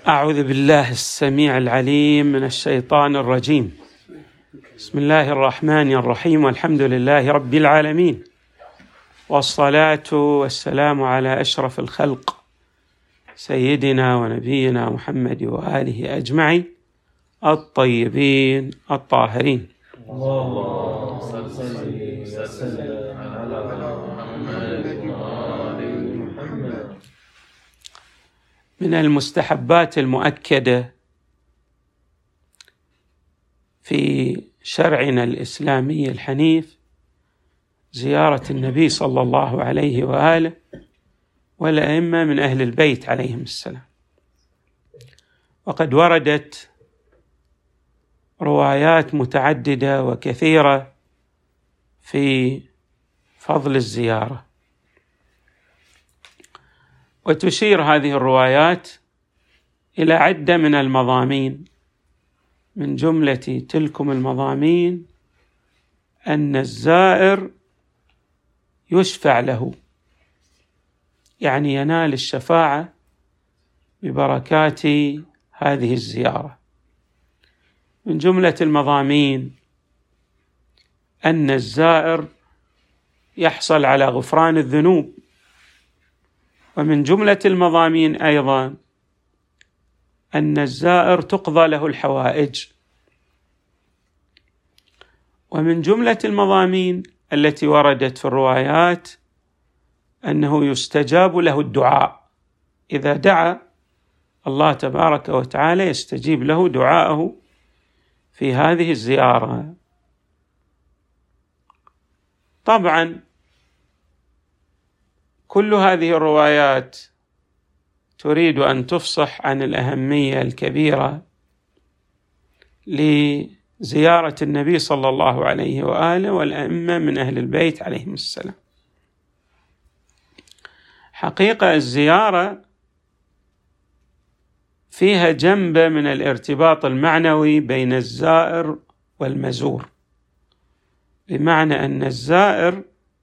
أعوذ بالله السميع العليم من الشيطان الرجيم. بسم الله الرحمن الرحيم، والحمد لله رب العالمين، والصلاة والسلام على أشرف الخلق سيدنا ونبينا محمد وآله أجمعين الطيبين الطاهرين. اللهم صل وسلم على محمد وآل محمد. من المستحبات المؤكدة في شرعنا الإسلامي الحنيف زيارة النبي صلى الله عليه وآله والأئمة من أهل البيت عليهم السلام، وقد وردت روايات متعددة وكثيرة في فضل الزيارة، وتشير هذه الروايات إلى عدة من المضامين. من جملة تلكم المضامين أن الزائر يشفع له، يعني ينال الشفاعة ببركات هذه الزيارة. من جملة المضامين أن الزائر يحصل على غفران الذنوب. ومن جملة المضامين أيضا أن الزائر تقضى له الحوائج. ومن جملة المضامين التي وردت في الروايات أنه يستجاب له الدعاء، إذا دعا الله تبارك وتعالى يستجيب له دعاءه في هذه الزيارة. طبعا كل هذه الروايات تريد أن تفصح عن الأهمية الكبيرة لزيارة النبي صلى الله عليه وآله والأئمة من أهل البيت عليهم السلام. حقيقة الزيارة فيها جنبة من الارتباط المعنوي بين الزائر والمزور، بمعنى أن الزائر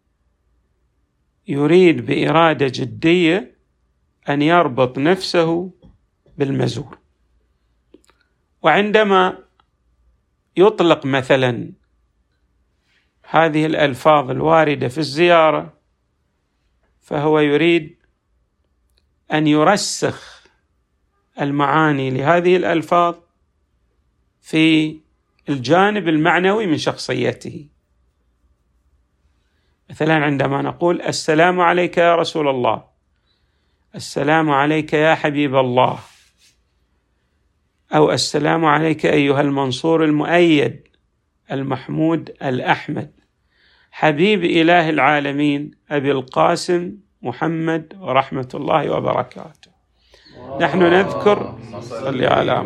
يريد بإرادة جدية أن يربط نفسه بالمزور، وعندما يطلق مثلا هذه الألفاظ الواردة في الزيارة فهو يريد أن يرسخ المعاني لهذه الألفاظ في الجانب المعنوي من شخصيته. مثلا عندما نقول السلام عليك يا رسول الله، السلام عليك يا حبيب الله، أو السلام عليك أيها المنصور المؤيد المحمود الأحمد حبيب إله العالمين أبي القاسم محمد ورحمة الله وبركاته. نحن نذكر صلى على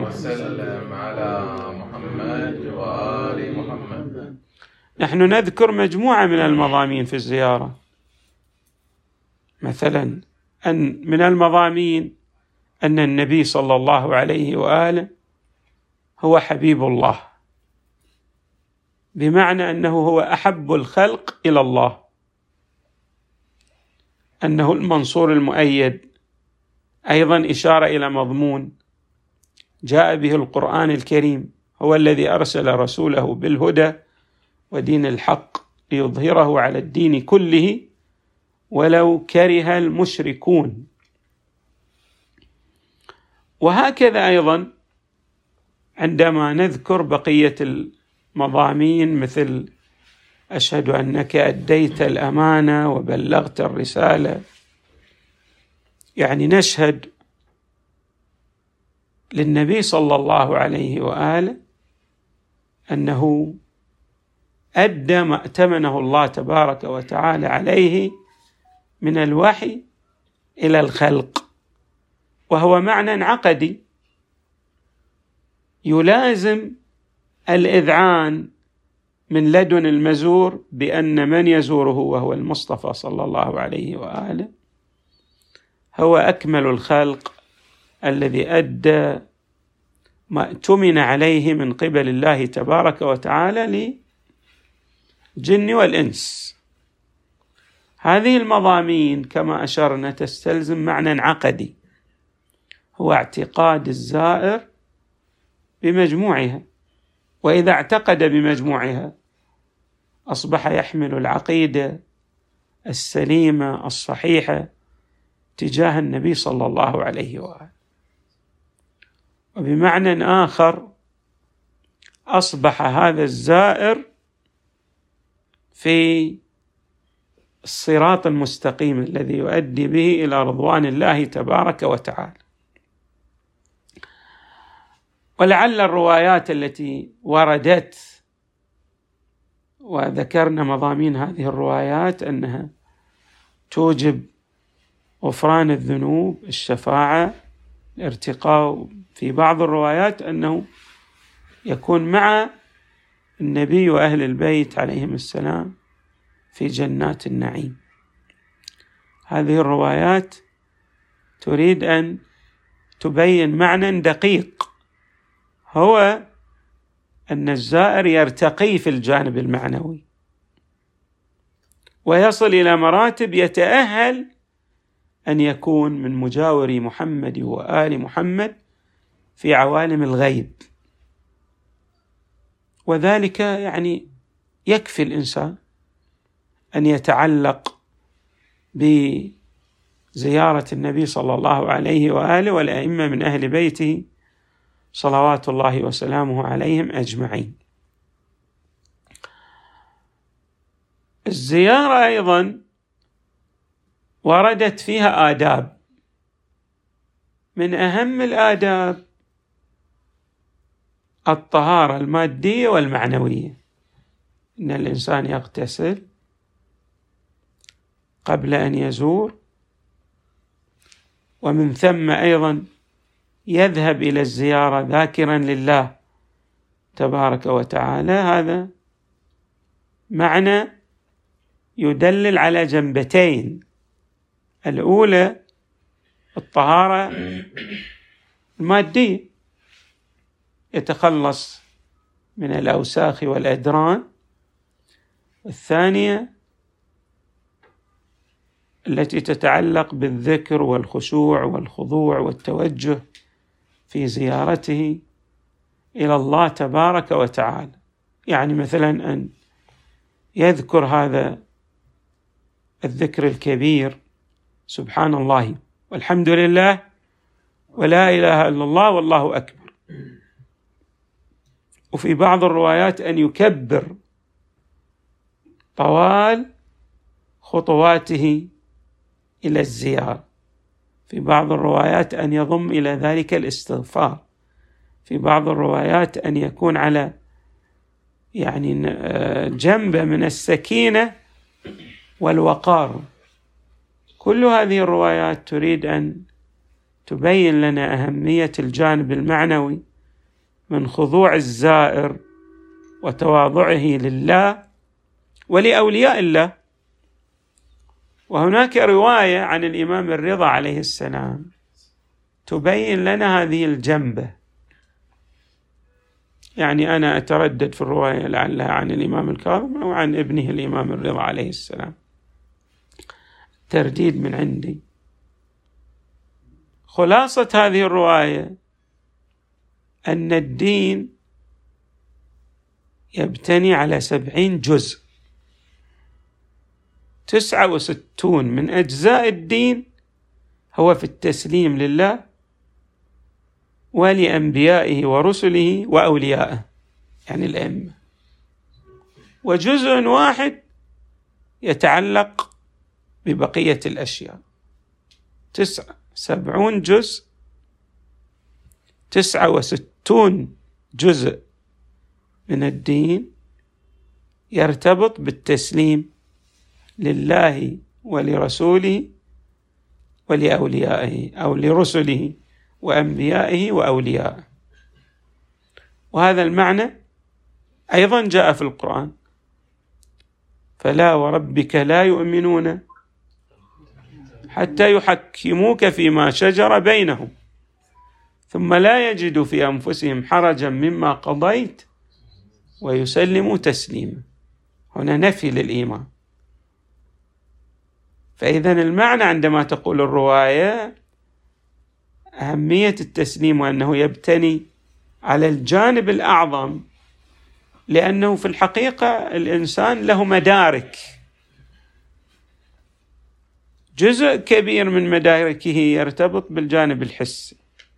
محمد وآل محمد. نحن نذكر مجموعة من المضامين في الزيارة. مثلا أن من المضامين أن النبي صلى الله عليه وآله هو حبيب الله، بمعنى أنه هو أحب الخلق إلى الله، أنه المنصور المؤيد، أيضا إشارة إلى مضمون جاء به القرآن الكريم، هو الذي أرسل رسوله بالهدى ودين الحق ليظهره على الدين كله ولو كره المشركون. وهكذا أيضا عندما نذكر بقية المضامين مثل أشهد أنك أديت الأمانة وبلغت الرسالة، يعني نشهد للنبي صلى الله عليه وآله أنه أدى ما ائتمنه الله تبارك وتعالى عليه من الوحي إلى الخلق، وهو معنى عقدي يلازم الإذعان من لدن المزور بأن من يزوره وهو المصطفى صلى الله عليه وآله هو أكمل الخلق الذي أدى ما اؤتمن عليه من قبل الله تبارك وتعالى للجن والإنس. هذه المضامين كما أشرنا تستلزم معنى عقدي، هو اعتقاد الزائر بمجموعها، وإذا اعتقد بمجموعها أصبح يحمل العقيدة السليمة الصحيحة تجاه النبي صلى الله عليه وآله. وبمعنى آخر أصبح هذا الزائر في الصراط المستقيم الذي يؤدي به إلى رضوان الله تبارك وتعالى. ولعل الروايات التي وردت وذكرنا مضامين هذه الروايات أنها توجب غفران الذنوب، الشفاعة، الارتقاء، في بعض الروايات أنه يكون مع النبي وأهل البيت عليهم السلام في جنات النعيم. هذه الروايات تريد أن تبين معنى دقيق، هو أن الزائر يرتقي في الجانب المعنوي ويصل إلى مراتب يتأهل أن يكون من مجاوري محمد وآل محمد في عوالم الغيب. وذلك يعني يكفي الإنسان أن يتعلق بزيارة النبي صلى الله عليه وآله والأئمة من أهل بيته صلوات الله وسلامه عليهم أجمعين. الزيارة أيضا وردت فيها آداب، من أهم الآداب الطهارة المادية والمعنوية، إن الإنسان يغتسل قبل أن يزور، ومن ثم أيضا يذهب إلى الزيارة ذاكرا لله تبارك وتعالى. هذا معنى يدلل على جنبتين: الأولى الطهارة المادية، يتخلص من الأوساخ والأدران، الثانية التي تتعلق بالذكر والخشوع والخضوع والتوجه في زيارته إلى الله تبارك وتعالى. يعني مثلا أن يذكر هذا الذكر الكبير: سبحان الله والحمد لله ولا إله إلا الله والله أكبر. وفي بعض الروايات أن يكبر طوال خطواته إلى الزيارة، في بعض الروايات أن يضم إلى ذلك الاستغفار، في بعض الروايات أن يكون على جنب من السكينة والوقار. كل هذه الروايات تريد أن تبين لنا أهمية الجانب المعنوي من خضوع الزائر وتواضعه لله ولأولياء الله. وهناك رواية عن الإمام الرضا عليه السلام تبين لنا هذه الجنبة، يعني أنا أتردد في الرواية لعلها عن الإمام الكاظم أو عن ابنه الإمام الرضا عليه السلام، ترديد من عندي. خلاصة هذه الرواية أن الدين يبتني على 70 جزء، 69 من أجزاء الدين هو في التسليم لله ولأنبيائه ورسله وأوليائه، يعني الأئمة، وجزء واحد يتعلق ببقية الأشياء. 79 جزء، 69 جزء من الدين يرتبط بالتسليم لله ولرسوله ولأوليائه، أو لرسله وأنبيائه وأوليائه. وهذا المعنى أيضا جاء في القرآن: فلا وربك لا يؤمنون حتى يحكموك فيما شجر بينهم ثم لا يجدوا في أنفسهم حرجا مما قضيت ويسلموا تسليما. هنا نفي للإيمان. فإذن المعنى عندما تقول الرواية أهمية التسليم وأنه يبتني على الجانب الأعظم، لأنه في الحقيقة الإنسان له مدارك، جزء كبير من مداركه يرتبط بالجانب الحسي،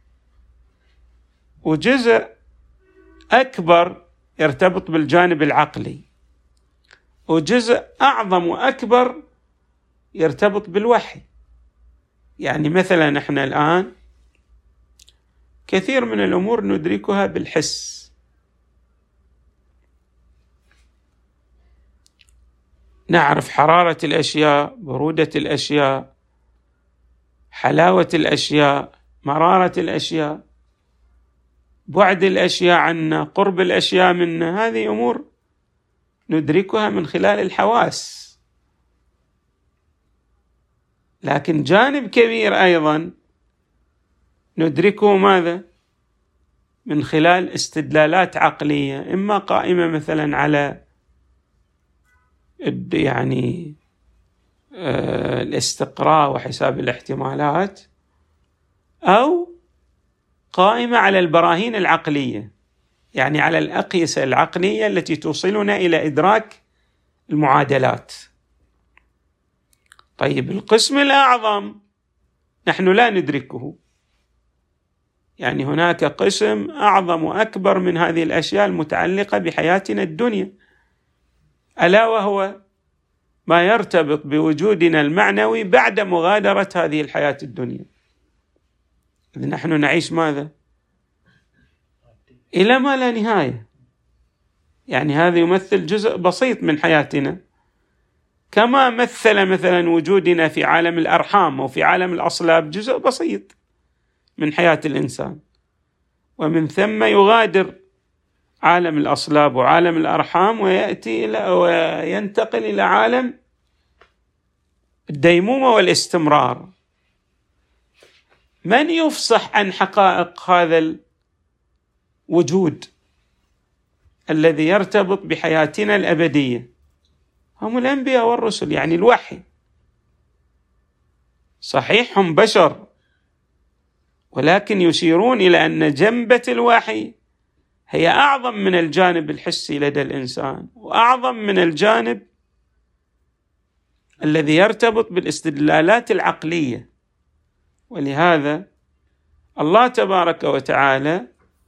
وجزء أكبر يرتبط بالجانب العقلي، وجزء أعظم وأكبر يرتبط بالوحي. يعني مثلا احنا الآن كثير من الأمور ندركها بالحس، نعرف حرارة الأشياء، برودة الأشياء، حلاوة الأشياء، مرارة الأشياء، بعد الأشياء عنا، قرب الأشياء منا، هذه أمور ندركها من خلال الحواس. لكن جانب كبير أيضا ندركه ماذا؟ من خلال استدلالات عقلية، إما قائمة مثلا على الاستقراء وحساب الاحتمالات، أو قائمة على البراهين العقلية، يعني على الأقيسة العقلية التي توصلنا إلى إدراك المعادلات. طيب القسم الأعظم نحن لا ندركه، يعني هناك قسم أعظم وأكبر من هذه الأشياء المتعلقة بحياتنا الدنيا، ألا وهو ما يرتبط بوجودنا المعنوي بعد مغادرة هذه الحياة الدنيا. إذ نحن نعيش ماذا؟ إلى ما لا نهاية، يعني هذا يمثل جزء بسيط من حياتنا، كما مثل مثلا وجودنا في عالم الأرحام أو في عالم الأصلاب جزء بسيط من حياة الإنسان، ومن ثم يغادر عالم الأصلاب وعالم الأرحام وينتقل إلى عالم الديمومة والاستمرار. من يفصح عن حقائق هذا الوجود الذي يرتبط بحياتنا الأبدية؟ هم الأنبياء والرسل، يعني الوحي. صحيح هم بشر، ولكن يشيرون إلى أن جنبة الوحي هي أعظم من الجانب الحسي لدى الإنسان، وأعظم من الجانب الذي يرتبط بالاستدلالات العقلية. ولهذا الله تبارك وتعالى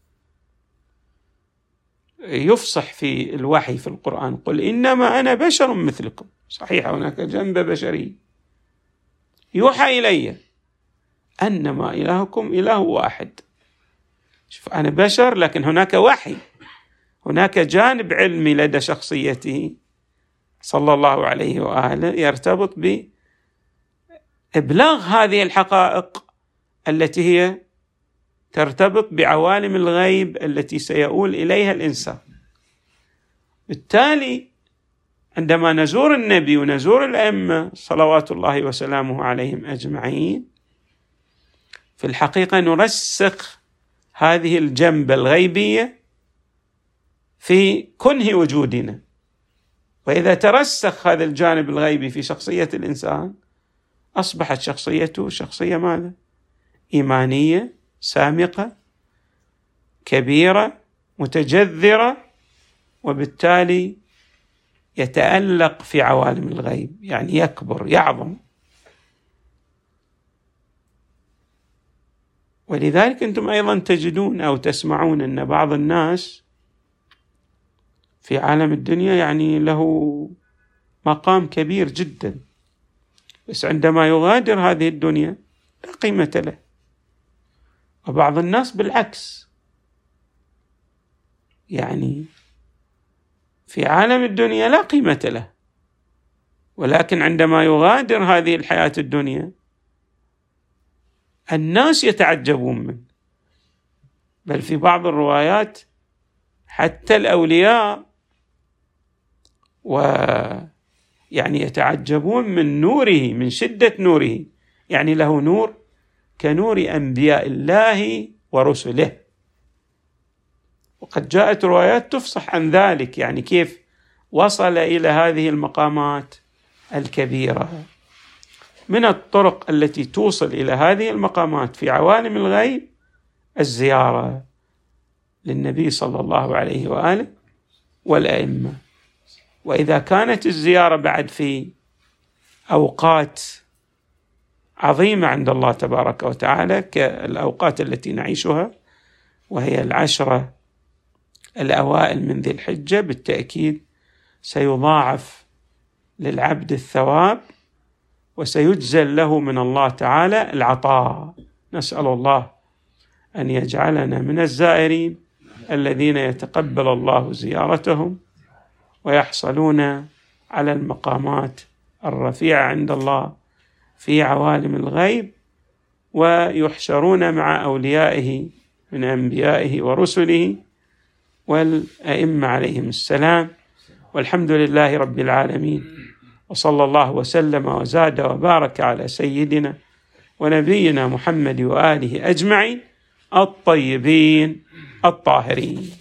يفصح في الوحي في القرآن: قل إنما أنا بشر مثلكم. صحيح هناك جنبة بشرية، يوحى إلي أنما إلهكم إله واحد. شوف، أنا بشر لكن هناك وحي، هناك جانب علمي لدى شخصيته صلى الله عليه وآله يرتبط بإبلاغ هذه الحقائق التي هي ترتبط بعوالم الغيب التي سيؤول إليها الإنسان. بالتالي عندما نزور النبي ونزور الأئمة صلوات الله وسلامه عليهم أجمعين، في الحقيقة نرسخ هذه الجنبة الغيبية في كنه وجودنا. وإذا ترسخ هذا الجانب الغيبي في شخصية الإنسان، أصبحت شخصيته شخصية ماذا؟ إيمانية سامقة كبيرة متجذرة، وبالتالي يتألق في عوالم الغيب، يعني يكبر يعظم. ولذلك أنتم أيضا تجدون أو تسمعون أن بعض الناس في عالم الدنيا يعني له مقام كبير جدا، بس عندما يغادر هذه الدنيا لا قيمة له. وبعض الناس بالعكس، يعني في عالم الدنيا لا قيمة له، ولكن عندما يغادر هذه الحياة الدنيا الناس يتعجبون منه. بل في بعض الروايات حتى الأولياء ويعني يتعجبون من نوره، من شدة نوره، يعني له نور كنور أنبياء الله ورسله. وقد جاءت روايات تفصح عن ذلك، يعني كيف وصل إلى هذه المقامات الكبيرة. من الطرق التي توصل إلى هذه المقامات في عوالم الغيب الزيارة للنبي صلى الله عليه وآله والأئمة. وإذا كانت الزيارة بعد في أوقات عظيمة عند الله تبارك وتعالى كالأوقات التي نعيشها وهي العشرة الأوائل من ذي الحجة، بالتأكيد سيضاعف للعبد الثواب وسيجزل له من الله تعالى العطاء. نسأل الله أن يجعلنا من الزائرين الذين يتقبل الله زيارتهم ويحصلون على المقامات الرفيعة عند الله في عوالم الغيب، ويحشرون مع أوليائه من أنبيائه ورسله والأئمة عليهم السلام. والحمد لله رب العالمين، وصلى الله وسلم وزاد وبارك على سيدنا ونبينا محمد وآله أجمعين الطيبين الطاهرين.